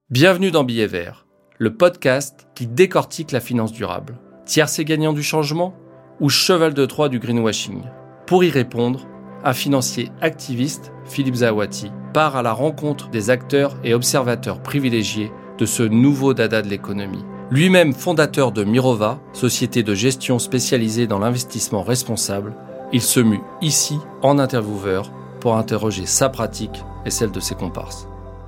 Bienvenue dans Billets Verts, le podcast qui décortique la finance durable. Tiercé gagnant du changement ou cheval de Troie du greenwashing? Pour y répondre, un financier activiste, Philippe Zahouati, part à la rencontre des acteurs et observateurs privilégiés de ce nouveau dada de l'économie. Lui-même fondateur de Mirova, société de gestion spécialisée dans l'investissement responsable, il se mue ici en intervieweur pour interroger sa pratique et celle de ses comparses.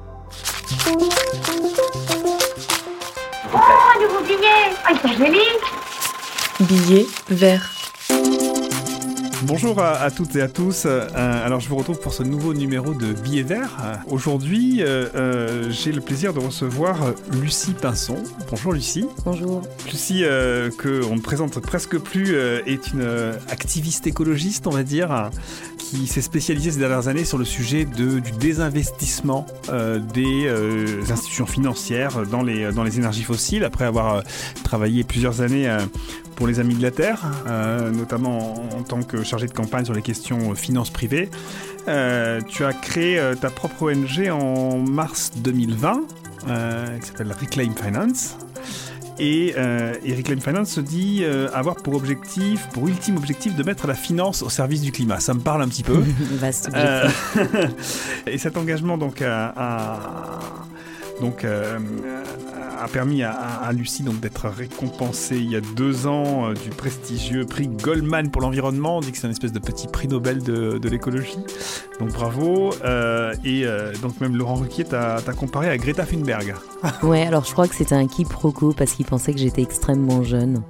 Oh, un nouveau billet! Ah, il est joli! Billets verts. Bonjour à toutes et à tous. Alors je vous retrouve pour ce nouveau numéro de Billets Verts. Aujourd'hui, j'ai le plaisir de recevoir Lucie Pinson. Bonjour Lucie. Bonjour. Lucie, qu'on ne présente presque plus, est une activiste écologiste, on va dire, qui s'est spécialisée ces dernières années sur le sujet du désinvestissement des institutions financières dans les énergies fossiles, après avoir travaillé plusieurs années pour les Amis de la Terre, notamment en tant que chargé de campagne sur les questions finances privées. Tu as créé ta propre ONG en mars 2020, qui s'appelle Reclaim Finance. Et Reclaim Finance se dit avoir pour ultime objectif de mettre la finance au service du climat. Ça me parle un petit peu. Vaste objectif. Et cet engagement a permis à Lucie d'être récompensée il y a 2 ans du prestigieux prix Goldman pour l'environnement. On dit que c'est une espèce de petit prix Nobel de l'écologie. Donc bravo. Donc même Laurent Ruquier t'a comparé à Greta Thunberg. Ouais, alors je crois que c'était un quiproquo parce qu'il pensait que j'étais extrêmement jeune.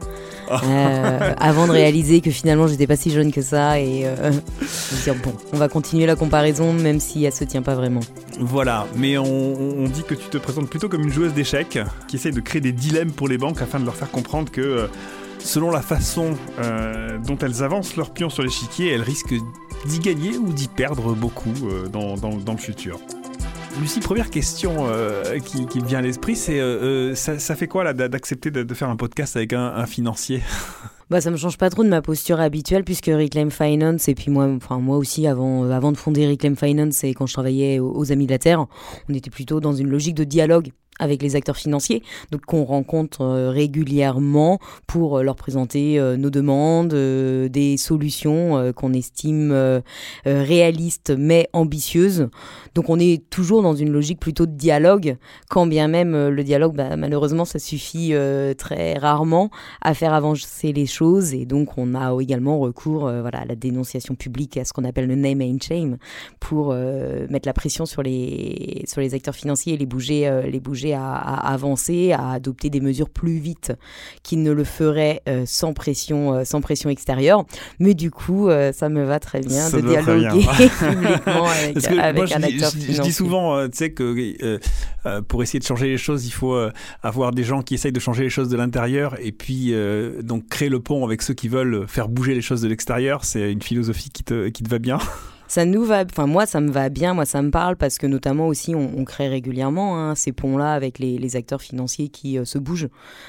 Avant de réaliser que finalement j'étais pas si jeune que ça et de dire bon, on va continuer la comparaison même si elle se tient pas vraiment. Voilà, mais on dit que tu te présentes plutôt comme une joueuse d'échecs qui essaye de créer des dilemmes pour les banques afin de leur faire comprendre que selon la façon dont elles avancent leurs pions sur l'échiquier, elles risquent d'y gagner ou d'y perdre beaucoup dans le futur. Lucie, première question qui me vient à l'esprit, c'est ça fait quoi là, d'accepter de faire un podcast avec un financier ? Ça me change pas trop de ma posture habituelle puisque Reclaim Finance et puis moi aussi avant de fonder Reclaim Finance et quand je travaillais aux Amis de la Terre, on était plutôt dans une logique de dialogue avec les acteurs financiers, donc qu'on rencontre régulièrement pour leur présenter nos demandes, des solutions qu'on estime réalistes mais ambitieuses. Donc on est toujours dans une logique plutôt de dialogue, quand bien même le dialogue, malheureusement, ça suffit très rarement à faire avancer les choses et donc on a également recours à la dénonciation publique, à ce qu'on appelle le name and shame, pour mettre la pression sur les acteurs financiers et les bouger à avancer, à adopter des mesures plus vite qu'ils ne le feraient sans pression extérieure. Mais du coup, ça me va très bien de dialoguer publiquement avec un acteur financier. Je dis souvent, tu sais, que pour essayer de changer les choses, il faut avoir des gens qui essayent de changer les choses de l'intérieur et puis donc créer le pont avec ceux qui veulent faire bouger les choses de l'extérieur. C'est une philosophie qui te va bien. Ça nous va, moi ça me va bien, moi ça me parle parce que notamment aussi on crée régulièrement ces ponts-là avec les acteurs financiers qui se bougent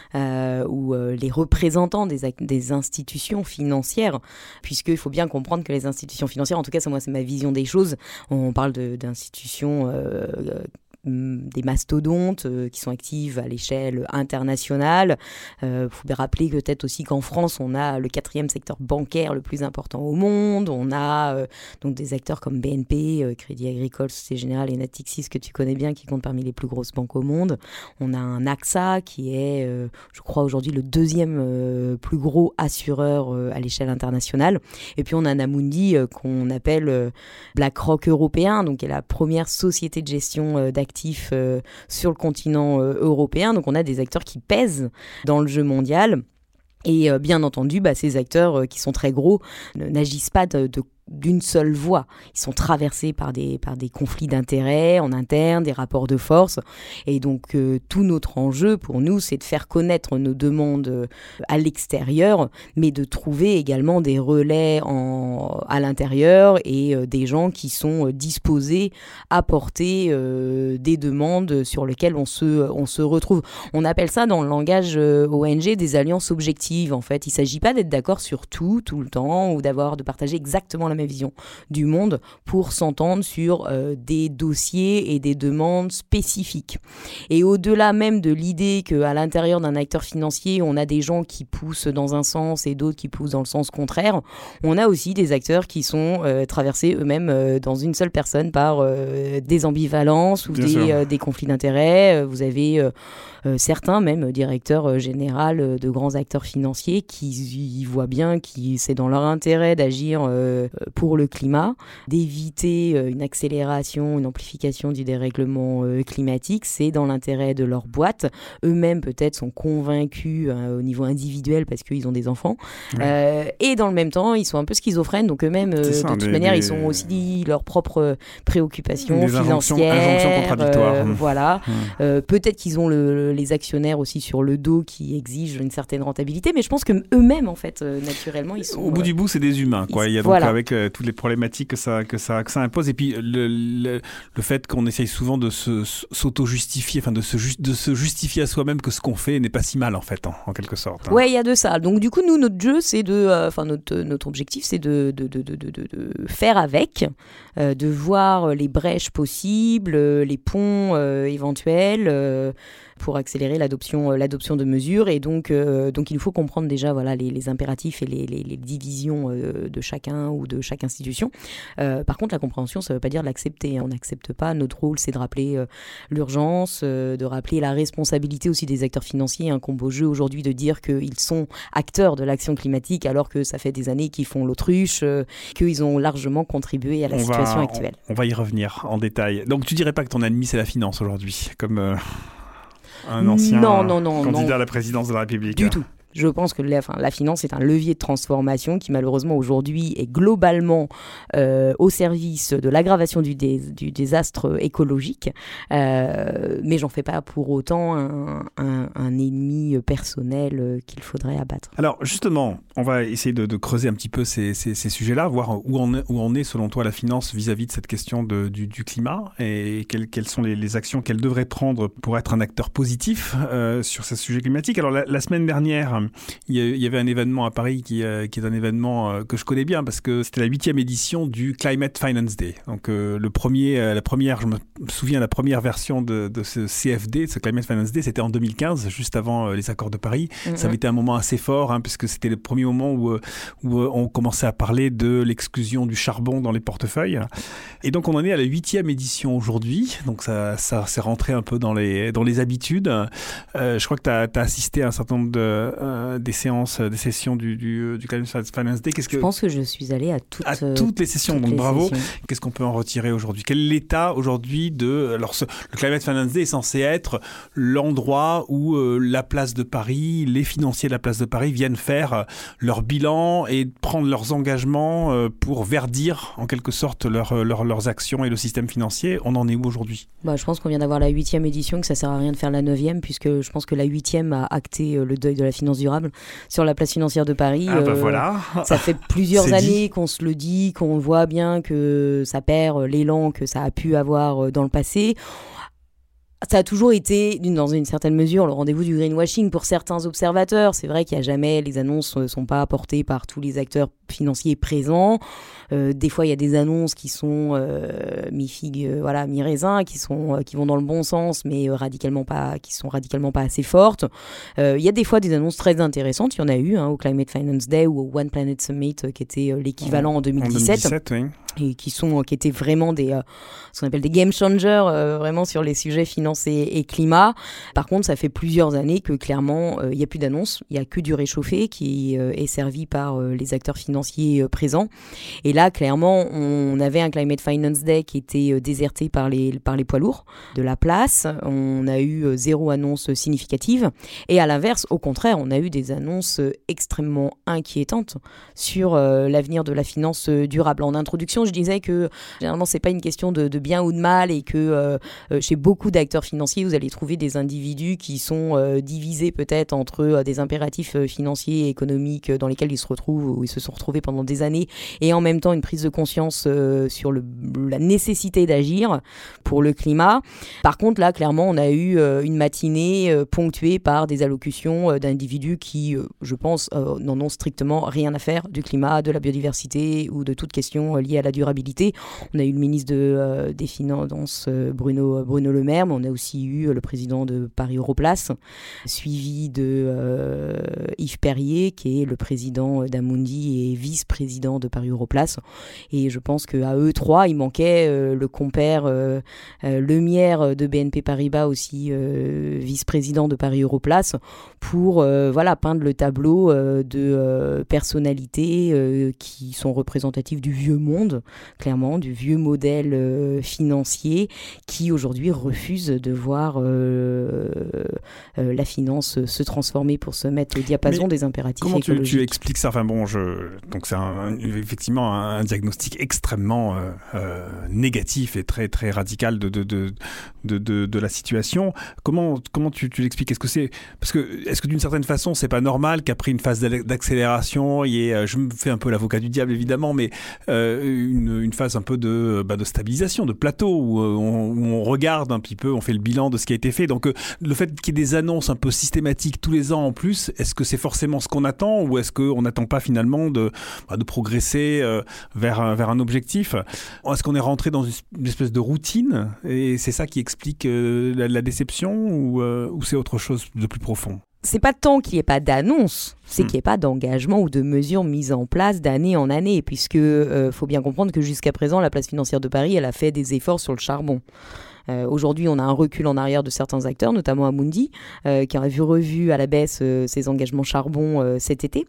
ou les représentants des institutions financières, puisqu'il faut bien comprendre que les institutions financières, en tout cas moi c'est ma vision des choses, on parle d'institutions des mastodontes qui sont actives à l'échelle internationale. Faut bien rappeler peut-être aussi qu'en France, on a le 4e secteur bancaire le plus important au monde. On a donc des acteurs comme BNP, Crédit Agricole, Société Générale et Natixis que tu connais bien, qui comptent parmi les plus grosses banques au monde. On a un AXA qui est, je crois aujourd'hui, le 2e plus gros assureur à l'échelle internationale. Et puis on a un Amundi qu'on appelle BlackRock européen, donc qui est la première société de gestion d'actifs sur le continent européen. Donc on a des acteurs qui pèsent dans le jeu mondial. Et bien entendu, ces acteurs qui sont très gros n'agissent pas d'une seule voie. Ils sont traversés par des conflits d'intérêts en interne, des rapports de force. Et donc, tout notre enjeu pour nous, c'est de faire connaître nos demandes à l'extérieur, mais de trouver également des relais à l'intérieur et des gens qui sont disposés à porter des demandes sur lesquelles on se retrouve. On appelle ça dans le langage ONG des alliances objectives, en fait. Il ne s'agit pas d'être d'accord sur tout le temps, ou de partager exactement la la même vision du monde pour s'entendre sur des dossiers et des demandes spécifiques. Et au-delà même de l'idée qu'à l'intérieur d'un acteur financier, on a des gens qui poussent dans un sens et d'autres qui poussent dans le sens contraire, on a aussi des acteurs qui sont traversés eux-mêmes dans une seule personne par des ambivalences ou des conflits d'intérêts. Vous avez certains même directeurs généraux de grands acteurs financiers qui voient bien que c'est dans leur intérêt d'agir pour le climat, d'éviter une accélération, une amplification du dérèglement climatique. C'est dans l'intérêt de leur boîte. Eux-mêmes peut-être sont convaincus au niveau individuel parce qu'ils ont des enfants. Et dans le même temps, ils sont un peu schizophrènes. Donc eux-mêmes, de toute manière, ils ont aussi leurs propres préoccupations financières. Injonctions contradictoires. Voilà. Peut-être qu'ils ont les actionnaires aussi sur le dos qui exigent une certaine rentabilité, mais je pense que eux-mêmes, en fait, naturellement, ils sont... Au bout du bout, c'est des humains, quoi. Il y a donc avec toutes les problématiques que ça impose, et puis le fait qu'on essaye souvent de s'auto-justifier, enfin de se justifier à soi-même que ce qu'on fait n'est pas si mal, en fait, en quelque sorte. Ouais, il y a de ça. Donc du coup, nous, notre jeu, c'est notre objectif, c'est de faire avec, de voir les brèches possibles, les ponts éventuels, pour accélérer l'adoption de mesures. Et donc il faut comprendre déjà les impératifs et les divisions de chacun ou de chaque institution. Par contre, la compréhension, ça ne veut pas dire l'accepter. On n'accepte pas. Notre rôle, c'est de rappeler l'urgence, de rappeler la responsabilité aussi des acteurs financiers. Un combo jeu aujourd'hui de dire qu'ils sont acteurs de l'action climatique alors que ça fait des années qu'ils font l'autruche, qu'ils ont largement contribué à la situation actuelle. On va y revenir en détail. Donc tu dirais pas que ton ennemi, c'est la finance aujourd'hui, comme... un ancien candidat à la présidence de la République. Du tout. Je pense que la finance est un levier de transformation qui malheureusement aujourd'hui est globalement au service de l'aggravation du désastre écologique, mais j'en fais pas pour autant un ennemi personnel qu'il faudrait abattre. Alors justement, on va essayer de creuser un petit peu ces sujets-là, voir où on est selon toi la finance vis-à-vis de cette question du climat et quelles sont les actions qu'elle devrait prendre pour être un acteur positif sur ce sujet climatique. Alors la semaine dernière, il y avait un événement à Paris qui est un événement que je connais bien parce que c'était la 8e édition du Climate Finance Day. Donc je me souviens, la première version de ce CFD, de ce Climate Finance Day, c'était en 2015, juste avant les accords de Paris. Ça avait été un moment assez fort, puisque c'était le premier moment où on commençait à parler de l'exclusion du charbon dans les portefeuilles. Et donc on en est à la 8e édition aujourd'hui. Donc ça s'est rentré un peu dans les habitudes. Je crois que tu as assisté à un certain nombre des sessions du Climate Finance Day. Je pense que je suis allée à toutes les sessions, donc bravo. Qu'est-ce qu'on peut en retirer aujourd'hui? Quel est l'état aujourd'hui le Climate Finance Day est censé être l'endroit où la place de Paris, les financiers de la place de Paris viennent faire leur bilan et prendre leurs engagements pour verdir en quelque sorte leurs actions et le système financier. On en est où aujourd'hui? Je pense qu'on vient d'avoir la 8e édition, que ça sert à rien de faire la 9e, puisque je pense que la 8e a acté le deuil de la finance durable sur la place financière de Paris. Voilà. Ça fait plusieurs années qu'on se le dit, qu'on voit bien que ça perd l'élan que ça a pu avoir dans le passé. Ça a toujours été, dans une certaine mesure, le rendez-vous du greenwashing pour certains observateurs. C'est vrai qu'il n'y a jamais, les annonces ne sont pas apportées par tous les acteurs financiers présents. Des fois, il y a des annonces qui sont mi-figue, mi-raisin, qui vont dans le bon sens, mais qui sont radicalement pas assez fortes. Il y a des fois des annonces très intéressantes. Il y en a eu au Climate Finance Day ou au One Planet Summit, qui était l'équivalent en 2017. Oui. Et qui étaient vraiment ce qu'on appelle des game changers, vraiment sur les sujets finance et climat. Par contre, ça fait plusieurs années que clairement, il n'y a plus d'annonces, il n'y a que du réchauffé qui est servi par les acteurs financiers présents. Et là, clairement, on avait un Climate Finance Day qui était déserté par les poids lourds de la place. On a eu 0 annonce significative. Et à l'inverse, au contraire, on a eu des annonces extrêmement inquiétantes sur l'avenir de la finance durable. En introduction, je disais que généralement, c'est pas une question de bien ou de mal et que chez beaucoup d'acteurs financiers, vous allez trouver des individus qui sont divisés peut-être entre des impératifs financiers et économiques dans lesquels ils se retrouvent ou ils se sont retrouvée pendant des années, et en même temps une prise de conscience sur la nécessité d'agir pour le climat. Par contre, là, clairement, on a eu une matinée ponctuée par des allocutions d'individus qui, je pense, n'en ont strictement rien à faire du climat, de la biodiversité ou de toute question liée à la durabilité. On a eu le ministre des Finances, Bruno Le Maire, mais on a aussi eu le président de Paris Europlace, suivi de Yves Perrier, qui est le président d'Amundi et vice-président de Paris Europlace. Et je pense qu'à eux trois, il manquait le compère Lemierre de BNP Paribas, aussi vice-président de Paris Europlace, pour peindre le tableau de personnalités qui sont représentatives du vieux monde, clairement, du vieux modèle financier, qui aujourd'hui refuse de voir la finance se transformer pour se mettre au diapason des impératifs écologiques. Comment tu expliques ça? Donc c'est effectivement un diagnostic extrêmement négatif et très très radical de la situation. Comment tu l'expliques? Est-ce que d'une certaine façon c'est pas normal qu'après une phase d'accélération, il y ait, je me fais un peu l'avocat du diable évidemment, mais une phase un peu de stabilisation, de plateau où on regarde un petit peu, on fait le bilan de ce qui a été fait. Donc le fait qu'il y ait des annonces un peu systématiques tous les ans en plus, est-ce que c'est forcément ce qu'on attend, ou est-ce qu'on n'attend pas finalement de progresser vers un objectif? Est-ce qu'on est rentré dans une espèce de routine et c'est ça qui explique la déception, ou c'est autre chose de plus profond? C'est pas tant qu'il n'y ait pas d'annonce, c'est qu'il n'y ait pas d'engagement ou de mesures mises en place d'année en année, puisque faut bien comprendre que jusqu'à présent, la place financière de Paris, elle a fait des efforts sur le charbon. Aujourd'hui, on a un recul en arrière de certains acteurs, notamment Amundi, qui a revu à la baisse ses engagements charbon cet été.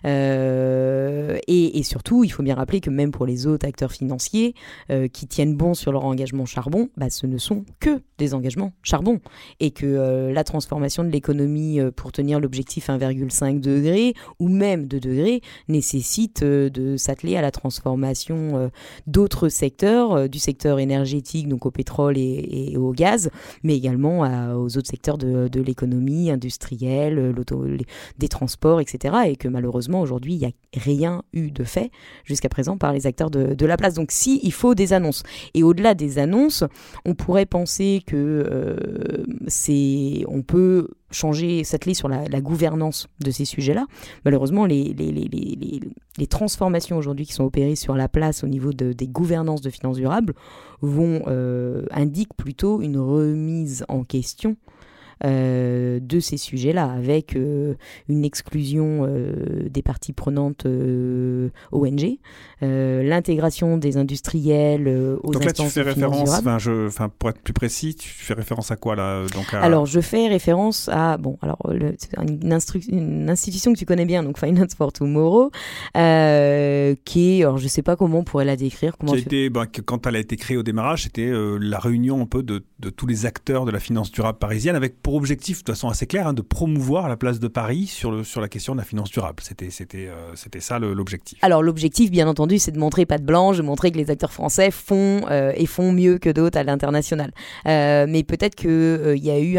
Et surtout, il faut bien rappeler que même pour les autres acteurs financiers qui tiennent bon sur leur engagement charbon, ce ne sont que des engagements charbon. Et que la transformation de l'économie pour tenir l'objectif 1,5 degré ou même 2 degrés nécessite de s'atteler à la transformation d'autres secteurs, du secteur énergétique, donc au pétrole et au gaz, mais également aux autres secteurs de l'économie industrielle, des transports, etc. Et que malheureusement, aujourd'hui, il n'y a rien eu de fait jusqu'à présent par les acteurs de la place. Donc si, il faut des annonces. Et au-delà des annonces, on pourrait penser que on peut s'atteler sur la gouvernance de ces sujets-là. Malheureusement, les transformations aujourd'hui qui sont opérées sur la place au niveau des gouvernances de finances durables indiquent plutôt une remise en question de ces sujets-là, avec une exclusion des parties pronantes ONG, l'intégration des industriels aux instances de finances durables. Donc là, tu fais référence, pour être plus précis, tu fais référence à quoi là? Alors, je fais référence à c'est une institution que tu connais bien, donc Finance for Tomorrow, qui est, alors je sais pas comment on pourrait la décrire. Quand elle a été créée au démarrage, c'était la réunion un peu de tous les acteurs de la finance durable parisienne, avec pour objectif, de toute façon assez clair, de promouvoir la place de Paris sur la question de la finance durable. C'était ça l'objectif. Alors l'objectif, bien entendu, c'est de montrer patte blanche, de montrer que les acteurs français font mieux que d'autres à l'international. Mais peut-être qu'il y a eu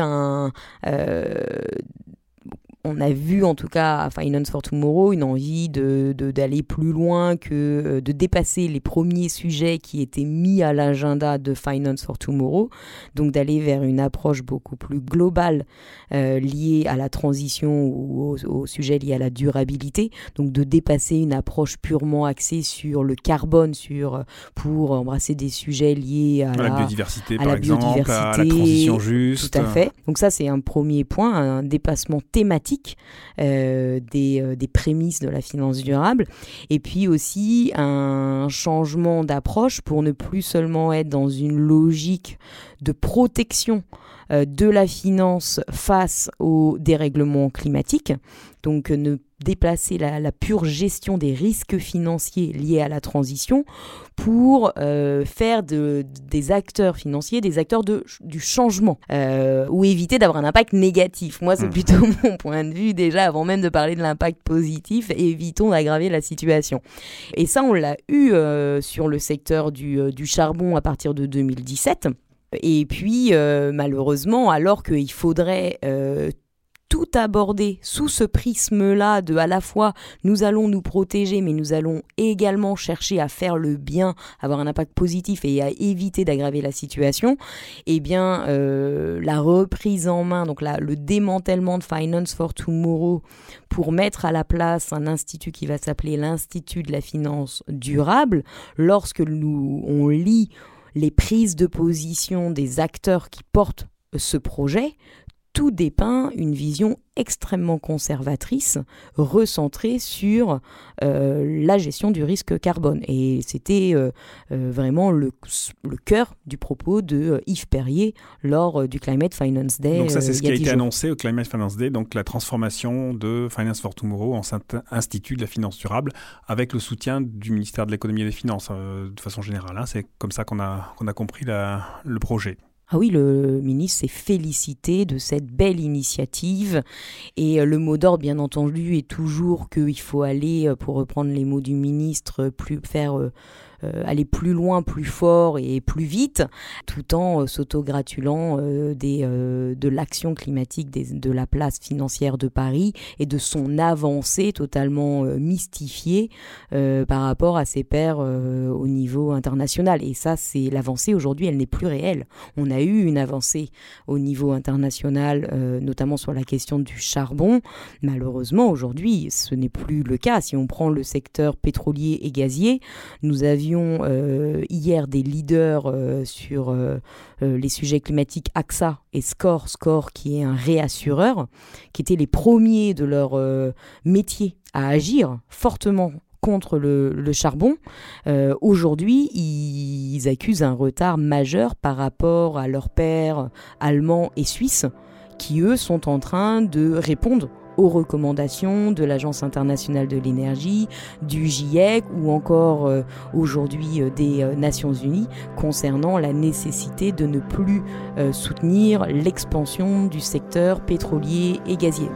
on a vu en tout cas à Finance for Tomorrow une envie d'aller plus loin que de dépasser les premiers sujets qui étaient mis à l'agenda de Finance for Tomorrow, donc d'aller vers une approche beaucoup plus globale liée à la transition ou aux sujets liés à la durabilité, donc de dépasser une approche purement axée sur le carbone, pour embrasser des sujets liés à la biodiversité par exemple, à la transition juste. Tout à fait. Donc ça, c'est un premier point, un dépassement thématique des prémices de la finance durable, et puis aussi un changement d'approche pour ne plus seulement être dans une logique de protection de la finance face au dérèglement climatique, donc ne déplacer la pure gestion des risques financiers liés à la transition pour faire des acteurs financiers des acteurs du changement, ou éviter d'avoir un impact négatif. Moi, c'est plutôt mon point de vue déjà, avant même de parler de l'impact positif, évitons d'aggraver la situation. Et ça, on l'a eu sur le secteur du charbon à partir de 2017. Et puis, malheureusement, alors qu'il faudrait tout aborder sous ce prisme-là de à la fois nous allons nous protéger mais nous allons également chercher à faire le bien, avoir un impact positif et à éviter d'aggraver la situation, eh bien la reprise en main, donc le démantèlement de Finance for Tomorrow pour mettre à la place un institut qui va s'appeler l'Institut de la finance durable, lorsque on lit les prises de position des acteurs qui portent ce projet, tout dépeint une vision extrêmement conservatrice, recentrée sur la gestion du risque carbone. Et c'était vraiment le cœur du propos de Yves Perrier lors du Climate Finance Day. Donc ça, c'est ce qui a été annoncé au Climate Finance Day, donc la transformation de Finance for Tomorrow en institut de la finance durable, avec le soutien du ministère de l'économie et des finances, de façon générale. Hein. C'est comme ça qu'on a compris le projet. Ah oui, le ministre s'est félicité de cette belle initiative et le mot d'ordre, bien entendu, est toujours qu'il faut aller, pour reprendre les mots du ministre, aller plus loin, plus fort et plus vite, tout en s'autogratulant de l'action climatique de la place financière de Paris et de son avancée totalement mystifiée par rapport à ses pairs au niveau international. Et ça, c'est l'avancée aujourd'hui, elle n'est plus réelle. On a eu une avancée au niveau international, notamment sur la question du charbon. Malheureusement, aujourd'hui, ce n'est plus le cas. Si on prend le secteur pétrolier et gazier, nous avions hier des leaders sur les sujets climatiques, AXA et SCOR qui est un réassureur, qui étaient les premiers de leur métier à agir fortement contre le charbon. Aujourd'hui, ils accusent un retard majeur par rapport à leurs pairs allemands et suisses qui, eux, sont en train de répondre aux recommandations de l'Agence internationale de l'énergie, du GIEC ou encore aujourd'hui des Nations Unies concernant la nécessité de ne plus soutenir l'expansion du secteur pétrolier et gazier.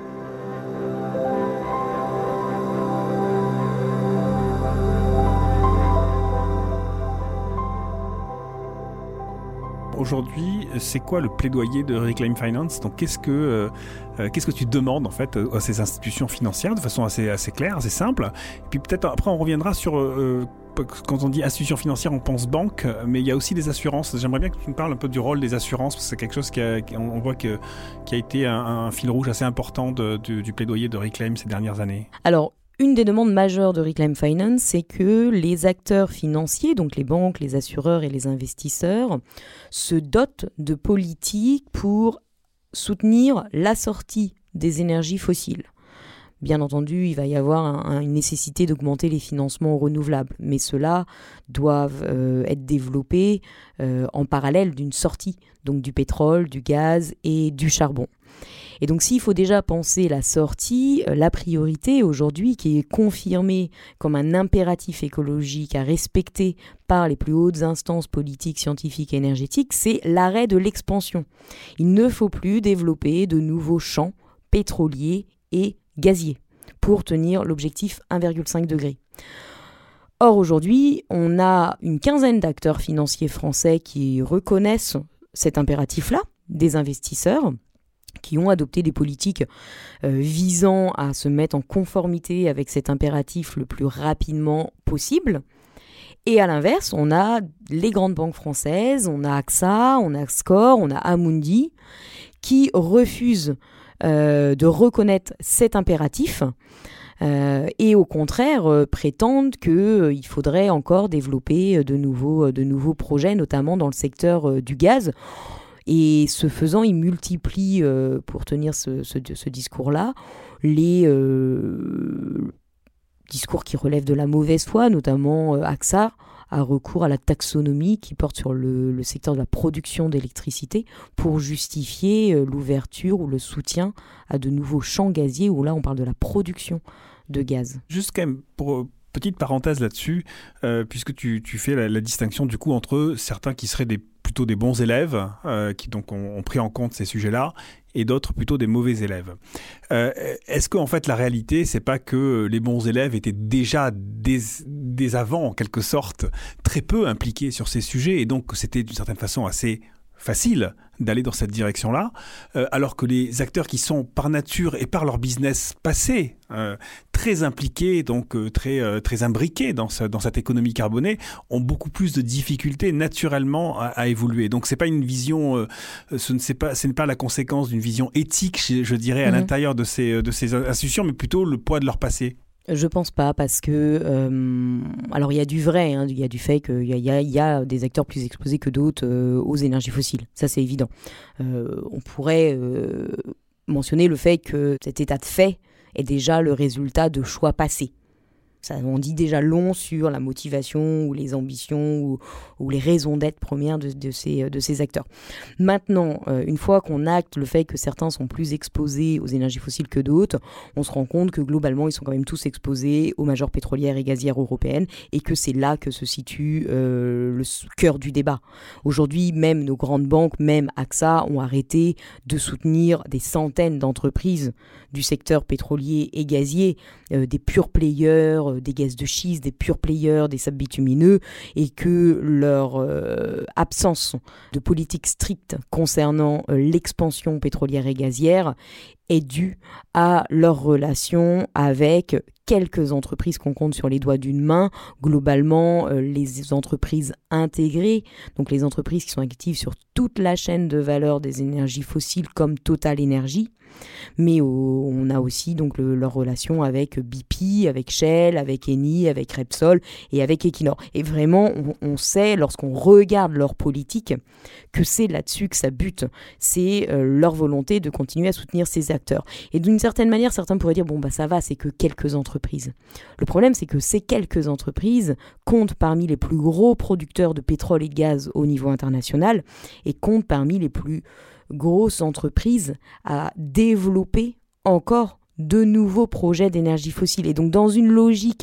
Aujourd'hui, c'est quoi le plaidoyer de Reclaim Finance ? Donc, qu'est-ce que tu demandes en fait à ces institutions financières de façon assez claire, assez simple ? Et puis peut-être après, on reviendra sur quand on dit institution financière, on pense banque, mais il y a aussi des assurances. J'aimerais bien que tu me parles un peu du rôle des assurances, parce que c'est quelque chose on voit qui a été un fil rouge assez important du plaidoyer de Reclaim ces dernières années. Alors, une des demandes majeures de Reclaim Finance, c'est que les acteurs financiers, donc les banques, les assureurs et les investisseurs, se dotent de politiques pour soutenir la sortie des énergies fossiles. Bien entendu, il va y avoir une nécessité d'augmenter les financements renouvelables, mais ceux-là doivent être développés en parallèle d'une sortie, donc du pétrole, du gaz et du charbon. Et donc s'il faut déjà penser la sortie, la priorité aujourd'hui qui est confirmée comme un impératif écologique à respecter par les plus hautes instances politiques, scientifiques et énergétiques, c'est l'arrêt de l'expansion. Il ne faut plus développer de nouveaux champs pétroliers et gaziers pour tenir l'objectif 1,5 degré. Or aujourd'hui, on a une quinzaine d'acteurs financiers français qui reconnaissent cet impératif-là, des investisseurs, qui ont adopté des politiques visant à se mettre en conformité avec cet impératif le plus rapidement possible. Et à l'inverse, on a les grandes banques françaises, on a AXA, on a SCOR, on a Amundi, qui refusent de reconnaître cet impératif et au contraire prétendent qu'il faudrait encore développer de nouveaux projets, notamment dans le secteur du gaz. Et ce faisant, ils multiplient, pour tenir ce discours-là, les discours qui relèvent de la mauvaise foi, notamment AXA a recours à la taxonomie qui porte sur le secteur de la production d'électricité pour justifier l'ouverture ou le soutien à de nouveaux champs gaziers où là on parle de la production de gaz. Juste quand même pour... Petite parenthèse là-dessus, puisque tu fais la distinction du coup entre certains qui seraient plutôt des bons élèves, qui donc ont pris en compte ces sujets-là, et d'autres plutôt des mauvais élèves. Est-ce qu'en fait la réalité, c'est pas que les bons élèves étaient déjà dès avant, en quelque sorte, très peu impliqués sur ces sujets, et donc c'était d'une certaine façon assez facile d'aller dans cette direction-là, alors que les acteurs qui sont par nature et par leur business passé très impliqués, donc très imbriqués dans cette économie carbonée, ont beaucoup plus de difficultés naturellement à évoluer. Donc c'est pas une vision, ce n'est pas la conséquence d'une vision éthique, je dirais, à l'intérieur de ces institutions, mais plutôt le poids de leur passé. Je pense pas, parce que alors il y a du vrai, il y a du fait qu'il y a des acteurs plus exposés que d'autres aux énergies fossiles, ça c'est évident. On pourrait mentionner le fait que cet état de fait est déjà le résultat de choix passés. Ça en dit déjà long sur la motivation ou les ambitions ou les raisons d'être premières de ces acteurs. Maintenant, une fois qu'on acte le fait que certains sont plus exposés aux énergies fossiles que d'autres, on se rend compte que globalement, ils sont quand même tous exposés aux majeures pétrolières et gazières européennes et que c'est là que se situe le cœur du débat. Aujourd'hui, même nos grandes banques, même AXA, ont arrêté de soutenir des centaines d'entreprises du secteur pétrolier et gazier, des pure players, des gaz de schiste, des pure players, des sables bitumineux, et que leur absence de politique stricte concernant l'expansion pétrolière et gazière est due à leur relation avec quelques entreprises qu'on compte sur les doigts d'une main, globalement les entreprises intégrées, donc les entreprises qui sont actives sur toute la chaîne de valeur des énergies fossiles comme Total Energy. Mais on a aussi donc leur relation avec BP, avec Shell, avec Eni, avec Repsol et avec Equinor. Et vraiment, on sait, lorsqu'on regarde leur politique, que c'est là-dessus que ça bute. C'est leur volonté de continuer à soutenir ces acteurs. Et d'une certaine manière, certains pourraient dire, bon, bah ça va, c'est que quelques entreprises. Le problème, c'est que ces quelques entreprises comptent parmi les plus gros producteurs de pétrole et de gaz au niveau international et comptent parmi les plus grosses entreprises à développer encore de nouveaux projets d'énergie fossile. Et donc, dans une logique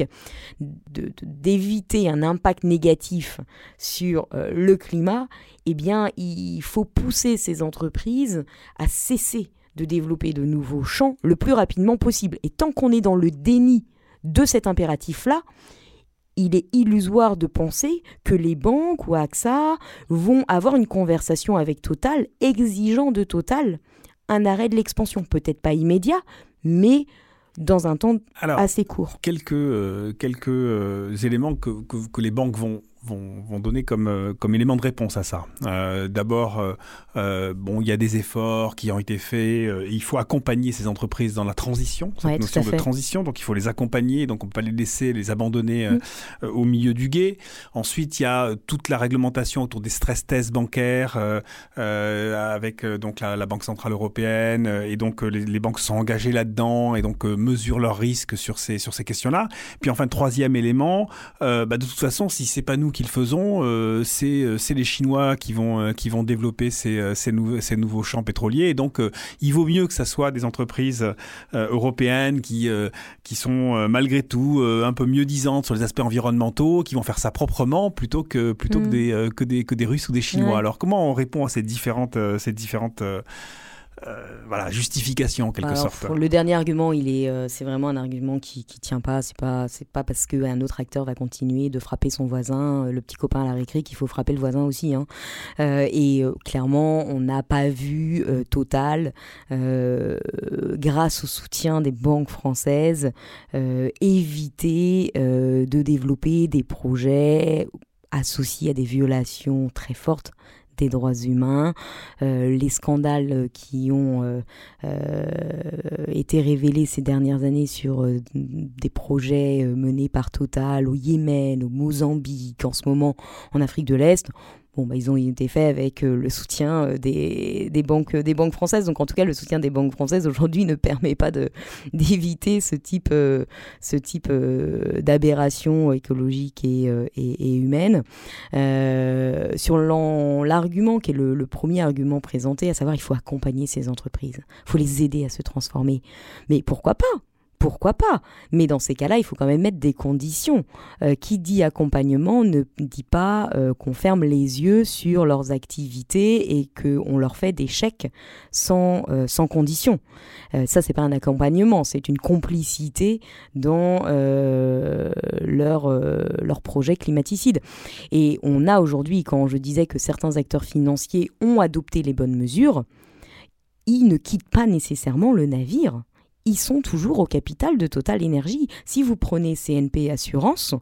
d'éviter un impact négatif sur le climat, eh bien, il faut pousser ces entreprises à cesser de développer de nouveaux champs le plus rapidement possible. Et tant qu'on est dans le déni de cet impératif-là, il est illusoire de penser que les banques ou AXA vont avoir une conversation avec Total exigeant de Total un arrêt de l'expansion. Peut-être pas immédiat, mais dans un temps assez court. Quelques éléments que les banques vont donner comme élément de réponse à ça. D'abord, il y a des efforts qui ont été faits. Il faut accompagner ces entreprises dans la transition, cette notion de transition. Donc, il faut les accompagner. Donc, on ne peut pas les abandonner au milieu du gué. Ensuite, il y a toute la réglementation autour des stress tests bancaires avec donc la Banque Centrale Européenne. Et donc, les banques sont engagées là-dedans et donc mesurent leurs risques sur ces questions-là. Puis, enfin, troisième élément, de toute façon, si c'est pas nous qui le faisons, c'est les Chinois qui vont développer ces nouveaux champs pétroliers. Et donc, il vaut mieux que ça soit des entreprises européennes qui sont malgré tout un peu mieux disantes sur les aspects environnementaux, qui vont faire ça proprement plutôt que des Russes ou des Chinois. Ouais. Alors, comment on répond à ces différentes justification en quelque sorte. Le dernier argument, c'est vraiment un argument qui tient pas. C'est pas parce qu'un autre acteur va continuer de frapper son voisin, le petit copain à la récré, qu'il faut frapper le voisin aussi. Clairement, on n'a pas vu Total, grâce au soutien des banques françaises, éviter de développer des projets associés à des violations très fortes des droits humains, les scandales qui ont été révélés ces dernières années sur des projets menés par Total au Yémen, au Mozambique, en ce moment en Afrique de l'Est. Ils ont été faits avec le soutien des banques françaises. Donc, en tout cas, le soutien des banques françaises aujourd'hui ne permet pas d'éviter ce type d'aberration écologique et humaine. Sur l'argument qui est le premier argument présenté, à savoir il faut accompagner ces entreprises, il faut les aider à se transformer. Mais pourquoi pas ? pourquoi pas ? Mais dans ces cas-là, il faut quand même mettre des conditions. Qui dit accompagnement ne dit pas qu'on ferme les yeux sur leurs activités et qu'on leur fait des chèques sans condition. Ça, c'est pas un accompagnement, c'est une complicité dans leur projet climaticide. Et on a aujourd'hui, quand je disais que certains acteurs financiers ont adopté les bonnes mesures, ils ne quittent pas nécessairement le navire. Ils sont toujours au capital de Total Énergie. Si vous prenez CNP Assurance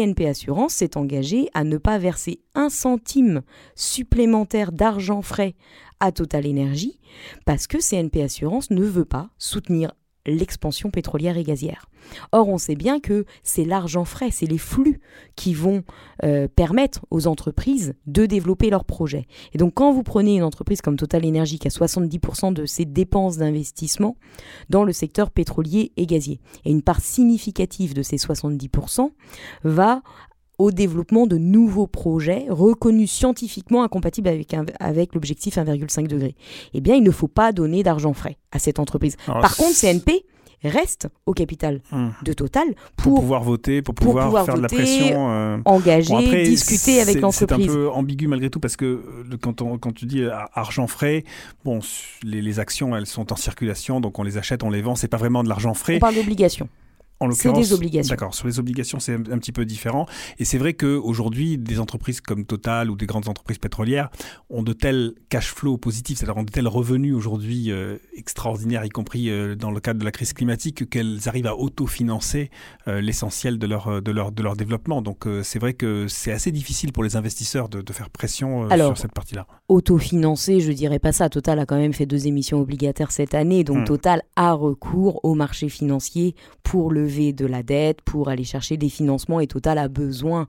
s'est engagé à ne pas verser 1 centime supplémentaire d'argent frais à Total Énergie parce que CNP Assurance ne veut pas soutenir l'expansion pétrolière et gazière. Or, on sait bien que c'est l'argent frais, c'est les flux qui vont permettre aux entreprises de développer leurs projets. Et donc, quand vous prenez une entreprise comme Total Énergie qui a 70% de ses dépenses d'investissement dans le secteur pétrolier et gazier, et une part significative de ces 70% va au développement de nouveaux projets reconnus scientifiquement incompatibles avec l'objectif 1,5 degré. Eh bien, il ne faut pas donner d'argent frais à cette entreprise. Par contre, CNP reste au capital de Total pour pouvoir voter, pour pouvoir faire de la pression, engager, après, discuter avec l'entreprise. C'est un peu ambigu malgré tout parce que quand tu dis argent frais, bon, les actions elles sont en circulation, donc on les achète, on les vend, c'est pas vraiment de l'argent frais. On parle d'obligations. C'est des obligations. D'accord, sur les obligations, c'est un petit peu différent. Et c'est vrai qu'aujourd'hui, des entreprises comme Total ou des grandes entreprises pétrolières ont de tels cash flows positifs, c'est-à-dire ont de tels revenus aujourd'hui extraordinaires, y compris dans le cadre de la crise climatique, qu'elles arrivent à autofinancer l'essentiel de leur développement. Donc c'est vrai que c'est assez difficile pour les investisseurs de faire pression sur cette partie-là. Autofinancer, je dirais pas ça. Total a quand même fait 2 émissions obligataires cette année, donc Total a recours au marché financier pour lever de la dette, pour aller chercher des financements, et Total a besoin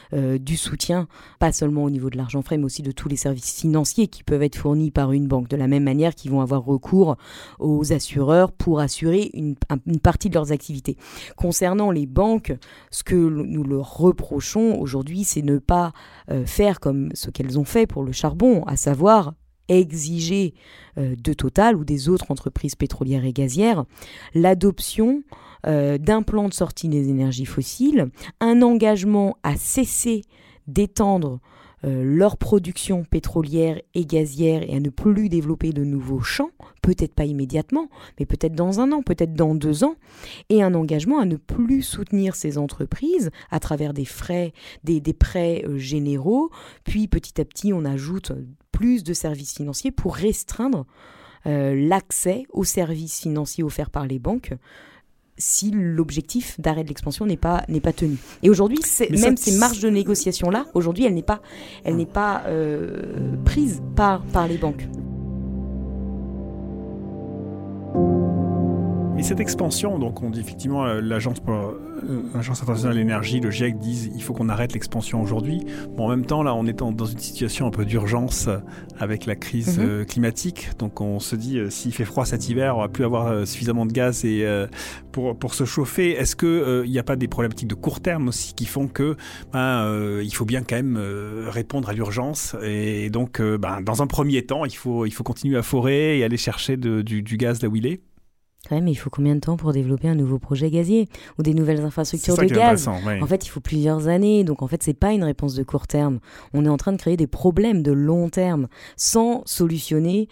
du soutien, pas seulement au niveau de l'argent frais, mais aussi de tous les services financiers qui peuvent être fournis par une banque, de la même manière qu'ils vont avoir recours aux assureurs pour assurer une partie de leurs activités. Concernant les banques, ce que nous leur reprochons aujourd'hui, c'est ne pas faire comme ce qu'elles ont fait pour le charbon, à savoir exiger de Total ou des autres entreprises pétrolières et gazières l'adoption d'un plan de sortie des énergies fossiles, un engagement à cesser d'étendre leur production pétrolière et gazière et à ne plus développer de nouveaux champs, peut-être pas immédiatement, mais peut-être dans 1 an, peut-être dans 2 ans, et un engagement à ne plus soutenir ces entreprises à travers des prêts généraux, puis petit à petit on ajoute plus de services financiers pour restreindre l'accès aux services financiers offerts par les banques si l'objectif d'arrêt de l'expansion n'est pas tenu. Et aujourd'hui, même ces marges de négociation-là, aujourd'hui, elle n'est pas prise par les banques. Et cette expansion, donc on dit effectivement l'Agence internationale de l'énergie, le GIEC disent il faut qu'on arrête l'expansion aujourd'hui. Bon, en même temps, là, on est dans une situation un peu d'urgence avec la crise climatique. Donc on se dit s'il fait froid cet hiver, on va plus avoir suffisamment de gaz pour se chauffer. Est-ce que il n'y a pas des problématiques de court terme aussi qui font que il faut bien quand même répondre à l'urgence et donc dans un premier temps, il faut continuer à forer et aller chercher du gaz là où il est? Quand même, il faut combien de temps pour développer un nouveau projet gazier ou des nouvelles infrastructures de gaz ? Ouais. En fait, il faut plusieurs années. Donc, en fait, c'est pas une réponse de court terme. On est en train de créer des problèmes de long terme sans solutionner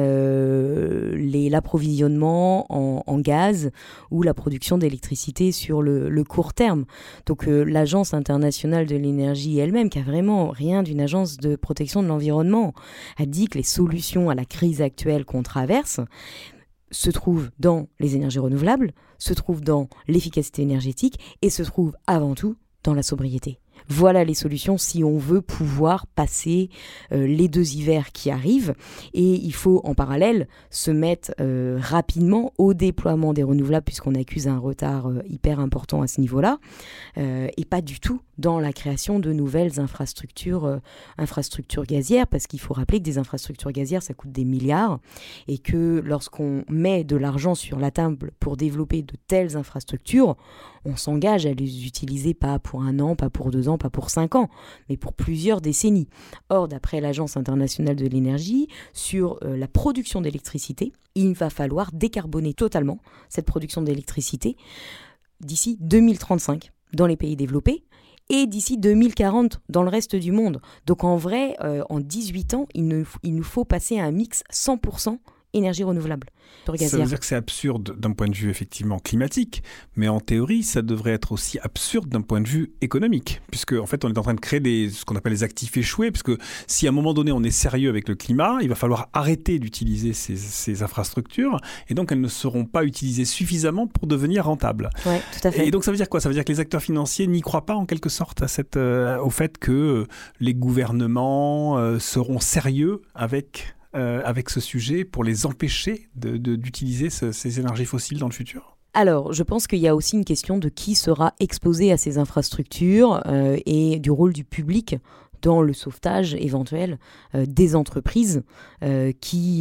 l'approvisionnement en gaz ou la production d'électricité sur le court terme. Donc, l'Agence internationale de l'énergie elle-même, qui a vraiment rien d'une agence de protection de l'environnement, a dit que les solutions à la crise actuelle qu'on traverse se trouve dans les énergies renouvelables, se trouve dans l'efficacité énergétique et se trouve avant tout dans la sobriété. Voilà les solutions si on veut pouvoir passer les 2 hivers qui arrivent. Et il faut en parallèle se mettre rapidement au déploiement des renouvelables puisqu'on accuse un retard hyper important à ce niveau-là et pas du tout dans la création de nouvelles infrastructures gazières, parce qu'il faut rappeler que des infrastructures gazières, ça coûte des milliards, et que lorsqu'on met de l'argent sur la table pour développer de telles infrastructures, on s'engage à les utiliser pas pour 1 an, pas pour 2 ans, pas pour 5 ans, mais pour plusieurs décennies. Or, d'après l'Agence internationale de l'énergie, sur la production d'électricité, il va falloir décarboner totalement cette production d'électricité d'ici 2035 dans les pays développés et d'ici 2040 dans le reste du monde. Donc en vrai, en 18 ans, il nous faut passer à un mix 100% énergie renouvelable. Ça veut dire que c'est absurde d'un point de vue effectivement climatique, mais en théorie, ça devrait être aussi absurde d'un point de vue économique, puisque en fait, on est en train de créer ce qu'on appelle les actifs échoués, puisque si à un moment donné, on est sérieux avec le climat, il va falloir arrêter d'utiliser ces infrastructures, et donc elles ne seront pas utilisées suffisamment pour devenir rentables. Oui, tout à fait. Et donc ça veut dire quoi ? Ça veut dire que les acteurs financiers n'y croient pas en quelque sorte au fait que les gouvernements seront sérieux avec ce sujet pour les empêcher d'utiliser ces énergies fossiles dans le futur ? Alors, je pense qu'il y a aussi une question de qui sera exposé à ces infrastructures et du rôle du public dans le sauvetage éventuel des entreprises qui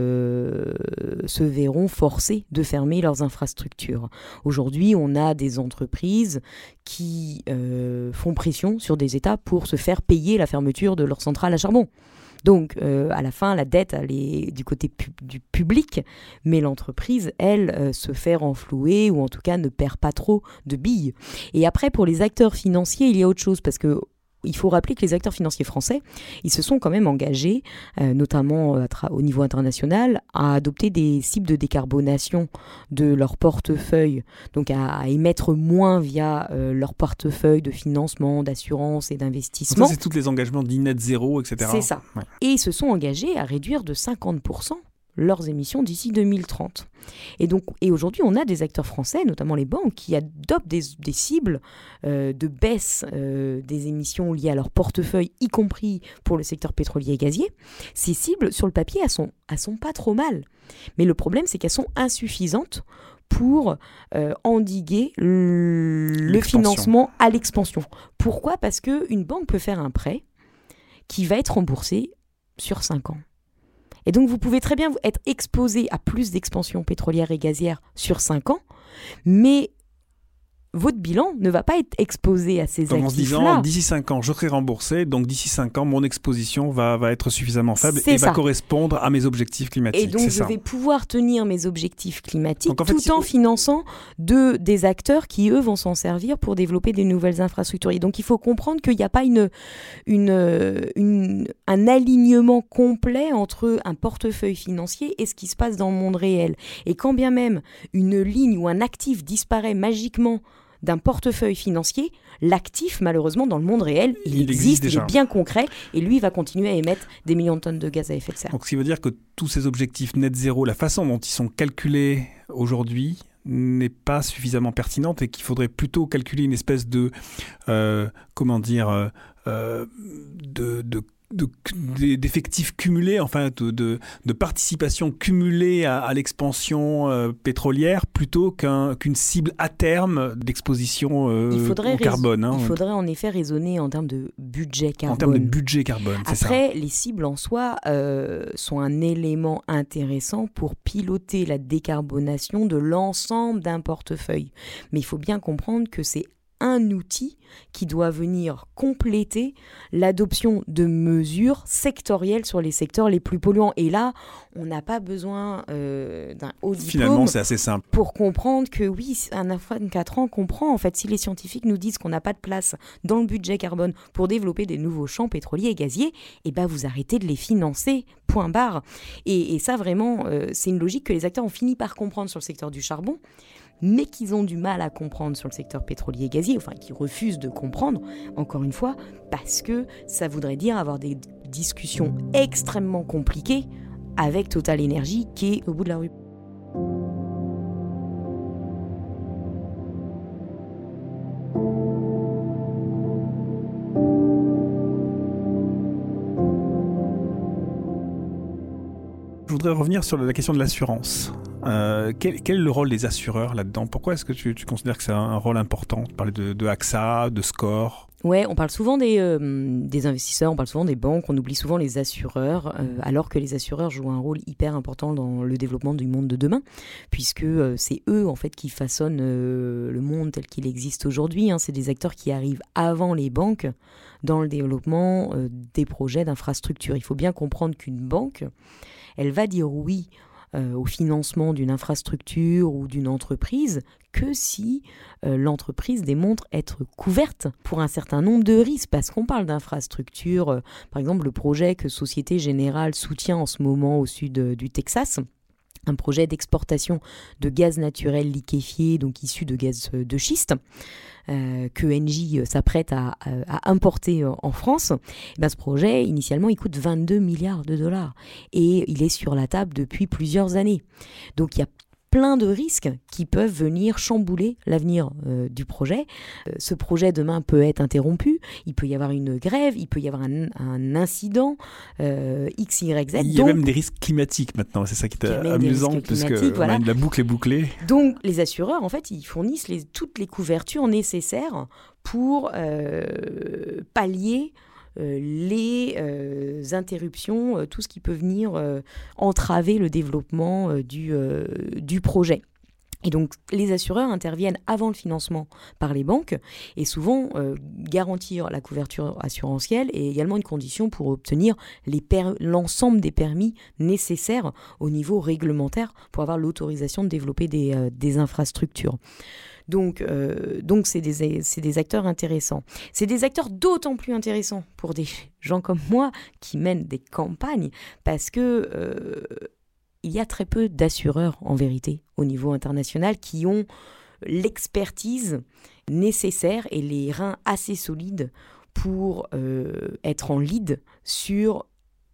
se verront forcées de fermer leurs infrastructures. Aujourd'hui, on a des entreprises qui font pression sur des États pour se faire payer la fermeture de leurs centrales à charbon. Donc, à la fin, la dette, elle est du côté du public, mais l'entreprise, elle, se fait renflouer ou en tout cas ne perd pas trop de billes. Et après, pour les acteurs financiers, il y a autre chose parce que il faut rappeler que les acteurs financiers français, ils se sont quand même engagés, notamment au niveau international, à adopter des cibles de décarbonation de leur portefeuille, donc à émettre moins via leur portefeuille de financement, d'assurance et d'investissement. Ça, c'est tous les engagements dits net zéro, etc. C'est ça. Ouais. Et ils se sont engagés à réduire de 50% leurs émissions d'ici 2030. Et aujourd'hui, on a des acteurs français, notamment les banques, qui adoptent des cibles de baisse des émissions liées à leur portefeuille, y compris pour le secteur pétrolier et gazier. Ces cibles, sur le papier, elles sont pas trop mal. Mais le problème, c'est qu'elles sont insuffisantes pour endiguer le financement à l'expansion. Pourquoi ? Parce qu'une banque peut faire un prêt qui va être remboursé sur 5 ans. Et donc, vous pouvez très bien être exposé à plus d'expansion pétrolière et gazière sur 5 ans, mais votre bilan ne va pas être exposé à ces actifs-là. En se disant, d'ici 5 ans, je serai remboursé, donc d'ici 5 ans, mon exposition va être suffisamment faible et va correspondre à mes objectifs climatiques. Et donc, je vais pouvoir tenir mes objectifs climatiques tout en finançant des acteurs qui, eux, vont s'en servir pour développer des nouvelles infrastructures. Et donc, il faut comprendre qu'il n'y a pas un alignement complet entre un portefeuille financier et ce qui se passe dans le monde réel. Et quand bien même une ligne ou un actif disparaît magiquement d'un portefeuille financier, l'actif, malheureusement, dans le monde réel, il existe, il est bien concret, et lui, il va continuer à émettre des millions de tonnes de gaz à effet de serre. Donc, ce qui veut dire que tous ces objectifs net zéro, la façon dont ils sont calculés aujourd'hui, n'est pas suffisamment pertinente et qu'il faudrait plutôt calculer une espèce d'effectifs cumulés, enfin de participation cumulée à l'expansion pétrolière plutôt qu'une cible à terme d'exposition au carbone. Il faudrait en effet raisonner en termes de budget carbone. En termes de budget carbone, c'est ça. Après, les cibles en soi sont un élément intéressant pour piloter la décarbonation de l'ensemble d'un portefeuille. Mais il faut bien comprendre que c'est un outil qui doit venir compléter l'adoption de mesures sectorielles sur les secteurs les plus polluants. Et là, on n'a pas besoin d'un haut diplôme. Finalement, c'est assez simple. Pour comprendre que oui, un enfant de 4 ans comprend. En fait, si les scientifiques nous disent qu'on n'a pas de place dans le budget carbone pour développer des nouveaux champs pétroliers et gaziers, eh ben vous arrêtez de les financer, point barre. Et ça, vraiment, c'est une logique que les acteurs ont fini par comprendre sur le secteur du charbon, mais qu'ils ont du mal à comprendre sur le secteur pétrolier et gazier, enfin qui refusent de comprendre, encore une fois, parce que ça voudrait dire avoir des discussions extrêmement compliquées avec Total Energy qui est au bout de la rue. Je voudrais revenir sur la question de l'assurance. Quel est le rôle des assureurs là-dedans ? Pourquoi est-ce que tu considères que c'est un rôle important ? Tu parlais de AXA, de SCOR. Ouais, on parle souvent des investisseurs, on parle souvent des banques, on oublie souvent les assureurs, alors que les assureurs jouent un rôle hyper important dans le développement du monde de demain, puisque c'est eux en fait qui façonnent le monde tel qu'il existe aujourd'hui. C'est des acteurs qui arrivent avant les banques dans le développement des projets d'infrastructure. Il faut bien comprendre qu'une banque, elle va dire oui au financement d'une infrastructure ou d'une entreprise que si l'entreprise démontre être couverte pour un certain nombre de risques. Parce qu'on parle d'infrastructure, par exemple le projet que Société Générale soutient en ce moment au sud du Texas, un projet d'exportation de gaz naturel liquéfié, donc issu de gaz de schiste, que Engie s'apprête à importer en France. Ce projet, initialement, il coûte 22 milliards de dollars et il est sur la table depuis plusieurs années. Donc il y a plein de risques qui peuvent venir chambouler l'avenir du projet. Ce projet demain peut être interrompu, il peut y avoir une grève, il peut y avoir un incident X, Y, Z. Il y a même des risques climatiques maintenant, c'est ça qui est amusant parce que voilà. La boucle est bouclée. Donc les assureurs, en fait, ils fournissent toutes les couvertures nécessaires pour pallier les interruptions, tout ce qui peut venir entraver le développement du projet. Et donc, les assureurs interviennent avant le financement par les banques et souvent garantir la couverture assurantielle est également une condition pour obtenir l'ensemble des permis nécessaires au niveau réglementaire pour avoir l'autorisation de développer des infrastructures. Donc c'est des acteurs intéressants. C'est des acteurs d'autant plus intéressants pour des gens comme moi qui mènent des campagnes parce que il y a très peu d'assureurs en vérité au niveau international qui ont l'expertise nécessaire et les reins assez solides pour être en lead sur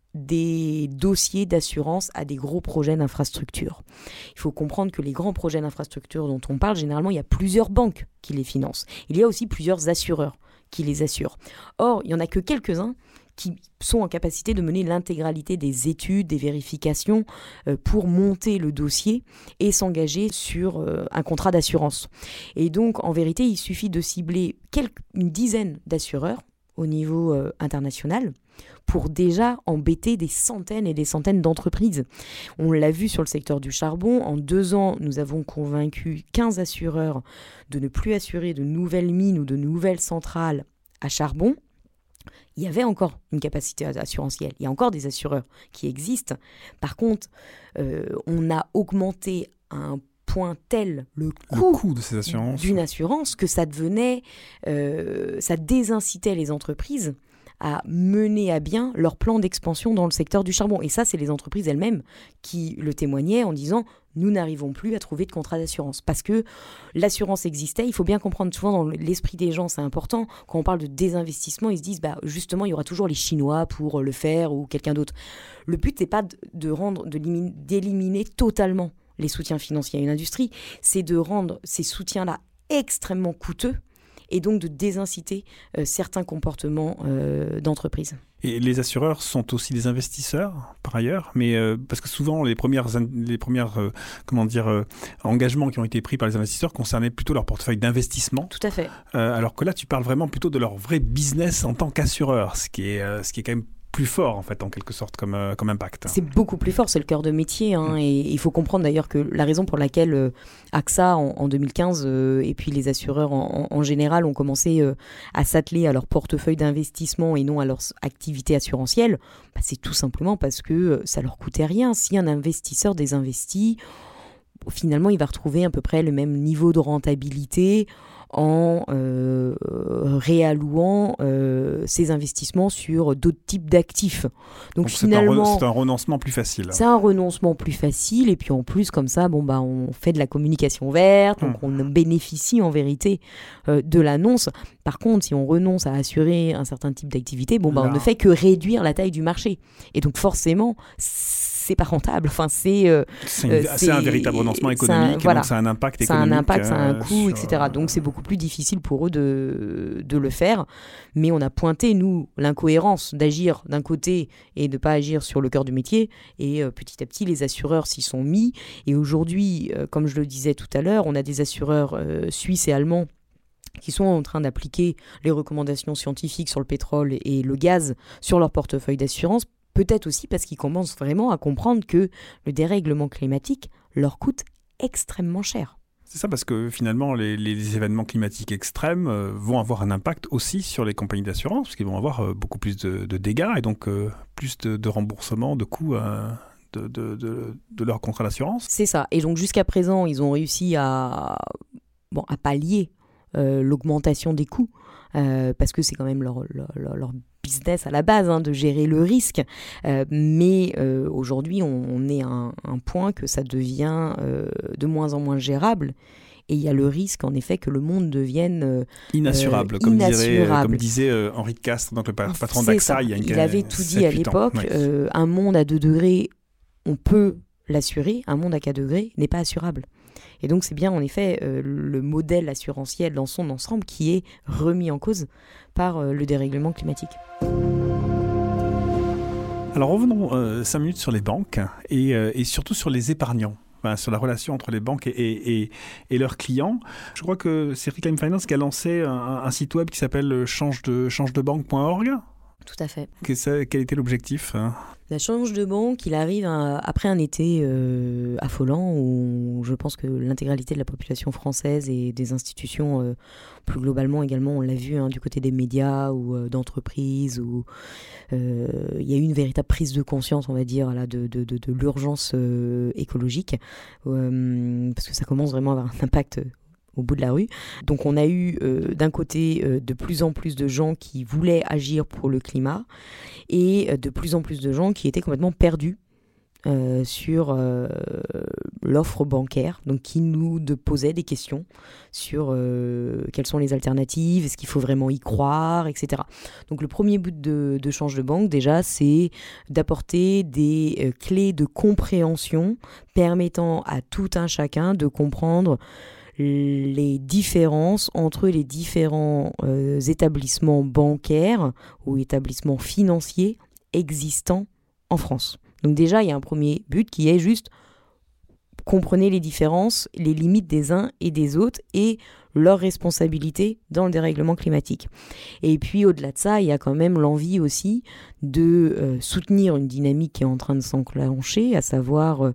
des dossiers d'assurance à des gros projets d'infrastructure. Il faut comprendre que les grands projets d'infrastructure dont on parle, généralement, il y a plusieurs banques qui les financent. Il y a aussi plusieurs assureurs qui les assurent. Or, il n'y en a que quelques-uns qui sont en capacité de mener l'intégralité des études, des vérifications pour monter le dossier et s'engager sur un contrat d'assurance. Et donc, en vérité, il suffit de cibler une dizaine d'assureurs au niveau international pour déjà embêter des centaines et des centaines d'entreprises. On l'a vu sur le secteur du charbon. En 2 ans, nous avons convaincu 15 assureurs de ne plus assurer de nouvelles mines ou de nouvelles centrales à charbon. Il y avait encore une capacité assurantielle. Il y a encore des assureurs qui existent. Par contre, on a augmenté à un point tel le coût de ces assurances d'une assurance que ça devenait, ça désincitait les entreprises à mener à bien leur plan d'expansion dans le secteur du charbon. Et ça, c'est les entreprises elles-mêmes qui le témoignaient en disant « Nous n'arrivons plus à trouver de contrat d'assurance ». Parce que l'assurance existait. Il faut bien comprendre, souvent dans l'esprit des gens, c'est important. Quand on parle de désinvestissement, ils se disent justement, il y aura toujours les Chinois pour le faire ou quelqu'un d'autre. Le but n'est pas d'éliminer totalement les soutiens financiers à une industrie. C'est de rendre ces soutiens-là extrêmement coûteux et donc de désinciter certains comportements d'entreprise. Et les assureurs sont aussi des investisseurs, par ailleurs, mais parce que souvent les premiers engagements qui ont été pris par les investisseurs concernaient plutôt leur portefeuille d'investissement. Tout à fait. Alors que là, tu parles vraiment plutôt de leur vrai business en tant qu'assureur, ce qui est quand même plus fort en fait en quelque sorte comme impact. C'est beaucoup plus fort, c'est le cœur de métier et il faut comprendre d'ailleurs que la raison pour laquelle AXA en 2015 et puis les assureurs en général ont commencé à s'atteler à leur portefeuille d'investissement et non à leurs activités assurantielles, c'est tout simplement parce que ça leur coûtait rien. Si un investisseur désinvestit, finalement il va retrouver à peu près le même niveau de rentabilité en réallouant ses investissements sur d'autres types d'actifs. Donc finalement, c'est un renoncement plus facile. C'est un renoncement plus facile et puis en plus comme ça, on fait de la communication verte, donc on bénéficie en vérité de l'annonce. Par contre, si on renonce à assurer un certain type d'activité, on ne fait que réduire la taille du marché. Et donc forcément, c'est pas rentable. Enfin, c'est un véritable renoncement économique, donc ça a un impact économique. Ça a un impact, ça a un coût, sur... etc. Donc c'est beaucoup plus difficile pour eux de le faire. Mais on a pointé, nous, l'incohérence d'agir d'un côté et de ne pas agir sur le cœur du métier. Et petit à petit, les assureurs s'y sont mis. Et aujourd'hui, comme je le disais tout à l'heure, on a des assureurs suisses et allemands qui sont en train d'appliquer les recommandations scientifiques sur le pétrole et le gaz sur leur portefeuille d'assurance. Peut-être aussi parce qu'ils commencent vraiment à comprendre que le dérèglement climatique leur coûte extrêmement cher. C'est ça, parce que finalement, les événements climatiques extrêmes vont avoir un impact aussi sur les compagnies d'assurance, parce qu'ils vont avoir beaucoup plus de dégâts et donc plus de remboursements, de coûts de leur contrat d'assurance. C'est ça. Et donc jusqu'à présent, ils ont réussi à pallier l'augmentation des coûts, parce que c'est quand même leur business à la base, de gérer le risque. Mais aujourd'hui, on est à un point que ça devient de moins en moins gérable. Et il y a le risque, en effet, que le monde devienne inassurable, comme disait Henri de Castres, donc le patron d'AXA. Il avait tout dit à l'époque. Ouais. Un monde à 2 degrés, on peut l'assurer. Un monde à 4 degrés n'est pas assurable. Et donc, c'est bien, en effet, le modèle assurantiel dans son ensemble qui est remis en cause par le dérèglement climatique. Alors, revenons 5 minutes sur les banques et surtout sur les épargnants. Enfin, sur la relation entre les banques et leurs clients. Je crois que c'est Reclaim Finance qui a lancé un site web qui s'appelle changedebanque.org. Tout à fait. Quel était l'objectif ? La Change de banque, il arrive après un été affolant où je pense que l'intégralité de la population française et des institutions, plus globalement également, on l'a vu du côté des médias ou d'entreprises, où il y a eu une véritable prise de conscience, on va dire, là, de l'urgence écologique, parce que ça commence vraiment à avoir un impact au bout de la rue. Donc on a eu d'un côté de plus en plus de gens qui voulaient agir pour le climat et de plus en plus de gens qui étaient complètement perdus sur l'offre bancaire, donc qui nous posaient des questions sur quelles sont les alternatives, est-ce qu'il faut vraiment y croire, etc. Donc le premier but de Change de banque, déjà, c'est d'apporter des clés de compréhension permettant à tout un chacun de comprendre les différences entre les différents établissements bancaires ou établissements financiers existants en France. Donc déjà, il y a un premier but qui est juste comprenez les différences, les limites des uns et des autres et leurs responsabilités dans le dérèglement climatique. Et puis au-delà de ça, il y a quand même l'envie aussi de soutenir une dynamique qui est en train de s'enclencher, à savoir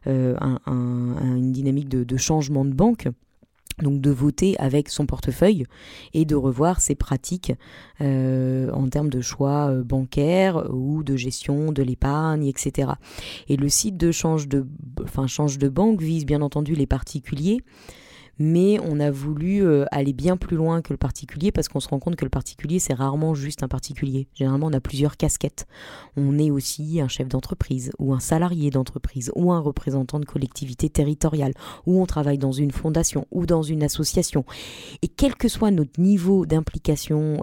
une dynamique de changement de banque. Donc de voter avec son portefeuille et de revoir ses pratiques en termes de choix bancaires ou de gestion de l'épargne, etc. Et le site de Change de banque vise bien entendu les particuliers, mais on a voulu aller bien plus loin que le particulier parce qu'on se rend compte que le particulier, c'est rarement juste un particulier. Généralement, on a plusieurs casquettes. On est aussi un chef d'entreprise ou un salarié d'entreprise ou un représentant de collectivité territoriale ou on travaille dans une fondation ou dans une association. Et quel que soit notre niveau d'implication,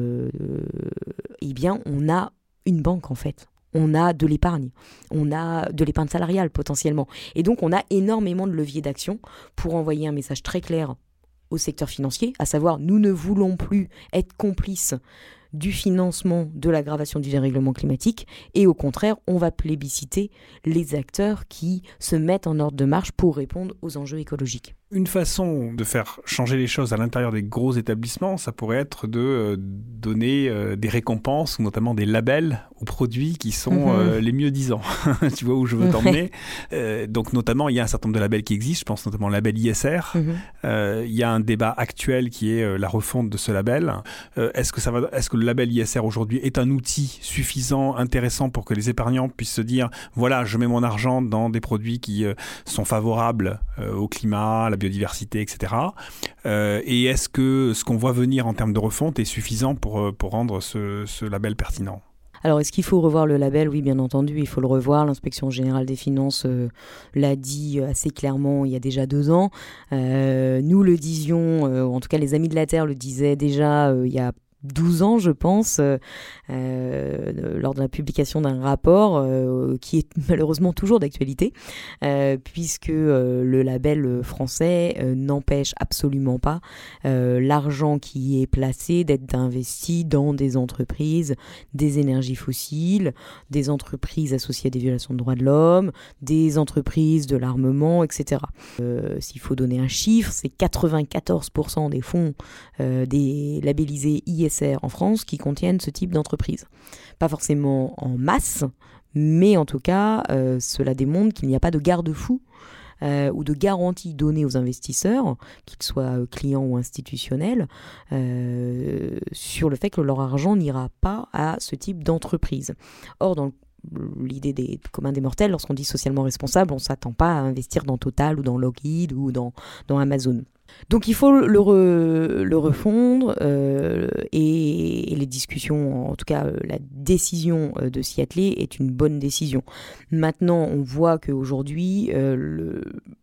eh bien, on a une banque en fait. On a de l'épargne salariale potentiellement. Et donc, on a énormément de leviers d'action pour envoyer un message très clair au secteur financier, à savoir, nous ne voulons plus être complices du financement de l'aggravation du dérèglement climatique et au contraire, on va plébisciter les acteurs qui se mettent en ordre de marche pour répondre aux enjeux écologiques. Une façon de faire changer les choses à l'intérieur des gros établissements, ça pourrait être de donner des récompenses, ou notamment des labels aux produits qui sont les mieux disants. Tu vois où je veux t'emmener. Donc notamment, il y a un certain nombre de labels qui existent, je pense notamment le label ISR. Il y a un débat actuel qui est la refonte de ce label. Est-ce que le label ISR aujourd'hui est un outil suffisant, intéressant pour que les épargnants puissent se dire, voilà, je mets mon argent dans des produits qui sont favorables au climat, à la biodiversité, etc. Et est-ce que ce qu'on voit venir en termes de refonte est suffisant pour rendre ce label pertinent ? Alors, est-ce qu'il faut revoir le label ? Oui, bien entendu, il faut le revoir. L'Inspection générale des finances l'a dit assez clairement il y a déjà 2 ans. Nous le disions, en tout cas les Amis de la Terre le disaient déjà il y a 12 ans, je pense, lors de la publication d'un rapport qui est malheureusement toujours d'actualité, puisque le label français n'empêche absolument pas l'argent qui est placé d'être investi dans des entreprises, des énergies fossiles, des entreprises associées à des violations de droits de l'homme, des entreprises de l'armement, etc. S'il faut donner un chiffre, c'est 94% des fonds des labellisés ISR en France qui contiennent ce type d'entreprise. Pas forcément en masse, mais en tout cas, cela démontre qu'il n'y a pas de garde-fou ou de garantie donnée aux investisseurs, qu'ils soient clients ou institutionnels, sur le fait que leur argent n'ira pas à ce type d'entreprise. Or, dans l'idée des communs des mortels, lorsqu'on dit socialement responsable, on ne s'attend pas à investir dans Total ou dans Lockheed ou dans Amazon. Donc il faut le refondre et les discussions, en tout cas la décision de s'y atteler est une bonne décision. Maintenant, on voit qu'aujourd'hui, le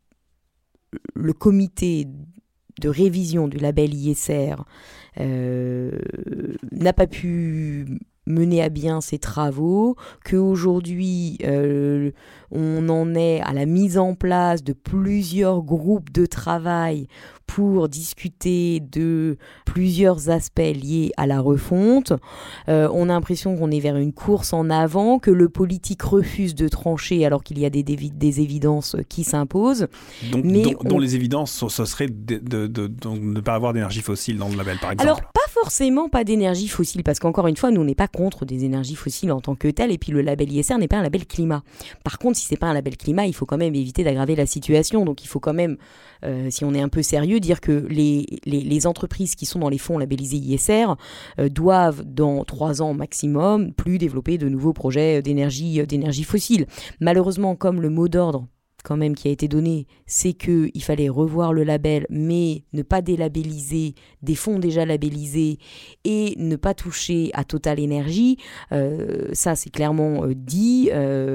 comité de révision du label ISR n'a pas pu mener à bien ses travaux, qu'aujourd'hui on en est à la mise en place de plusieurs groupes de travail pour discuter de plusieurs aspects liés à la refonte. On a l'impression qu'on est vers une course en avant, que le politique refuse de trancher alors qu'il y a des évidences qui s'imposent. Dont les évidences, ce serait de ne pas avoir d'énergie fossile dans le label, par exemple. Alors, pas forcément pas d'énergie fossile, parce qu'encore une fois, nous, on n'est pas contre des énergies fossiles en tant que telles, et puis le label ISR n'est pas un label climat. Par contre, si c'est pas un label climat, il faut quand même éviter d'aggraver la situation. Donc, il faut quand même, si on est un peu sérieux, dire que les entreprises qui sont dans les fonds labellisés ISR doivent, dans 3 ans maximum, plus développer de nouveaux projets d'énergie fossile. Malheureusement, comme le mot d'ordre quand même qui a été donné, c'est qu'il fallait revoir le label, mais ne pas délabelliser des fonds déjà labellisés et ne pas toucher à Total Energy. Ça, c'est clairement dit.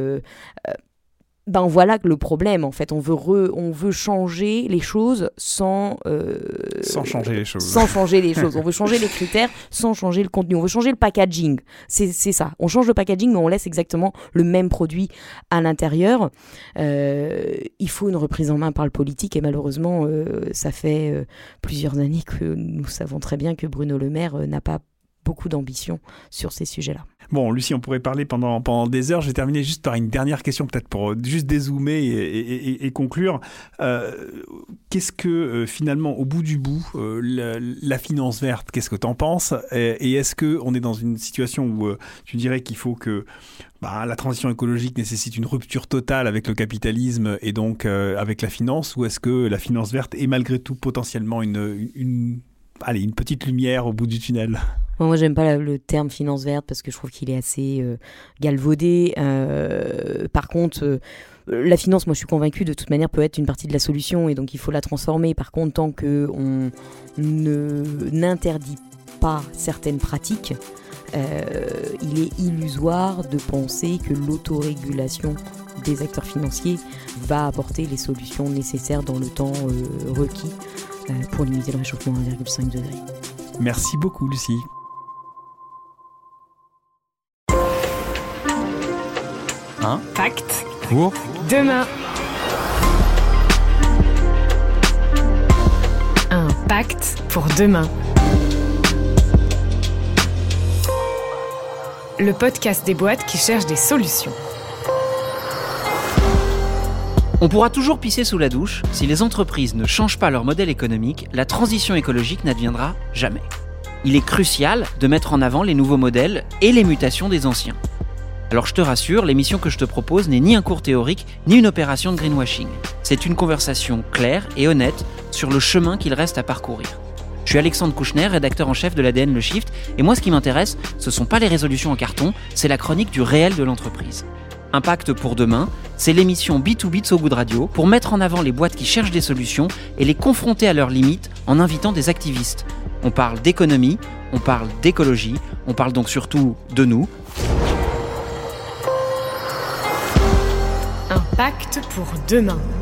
Voilà que le problème, en fait, on veut changer les choses sans changer les choses. Sans changer les choses. On veut changer les critères sans changer le contenu. On veut changer le packaging. C'est ça. On change le packaging, mais on laisse exactement le même produit à l'intérieur. Il faut une reprise en main par le politique et malheureusement, ça fait plusieurs années que nous savons très bien que Bruno Le Maire n'a pas beaucoup d'ambition sur ces sujets-là. Bon, Lucie, on pourrait parler pendant des heures. Je vais terminer juste par une dernière question, peut-être pour juste dézoomer et conclure. Qu'est-ce que, finalement, au bout du bout, la finance verte, qu'est-ce que tu en penses ? Et est-ce qu'on est dans une situation où tu dirais qu'il faut que la transition écologique nécessite une rupture totale avec le capitalisme et donc avec la finance, ou est-ce que la finance verte est malgré tout potentiellement une petite lumière au bout du tunnel ? Moi, j'aime pas le terme finance verte parce que je trouve qu'il est assez galvaudé. Par contre, la finance, moi, je suis convaincue, de toute manière, peut être une partie de la solution et donc il faut la transformer. Par contre, tant qu'on n'interdit pas certaines pratiques, il est illusoire de penser que l'autorégulation des acteurs financiers va apporter les solutions nécessaires dans le temps requis pour limiter le réchauffement à 1,5 degré. Merci beaucoup, Lucie. Un pacte pour demain. Un pacte pour demain. Le podcast des boîtes qui cherchent des solutions. On pourra toujours pisser sous la douche, si les entreprises ne changent pas leur modèle économique, la transition écologique n'adviendra jamais. Il est crucial de mettre en avant les nouveaux modèles et les mutations des anciens. Alors je te rassure, l'émission que je te propose n'est ni un cours théorique, ni une opération de greenwashing. C'est une conversation claire et honnête sur le chemin qu'il reste à parcourir. Je suis Alexandre Kouchner, rédacteur en chef de l'ADN Le Shift, et moi ce qui m'intéresse, ce ne sont pas les résolutions en carton, c'est la chronique du réel de l'entreprise. Un pacte pour demain, c'est l'émission B2B de So Good Radio pour mettre en avant les boîtes qui cherchent des solutions et les confronter à leurs limites en invitant des activistes. On parle d'économie, on parle d'écologie, on parle donc surtout de nous. Un pacte pour demain.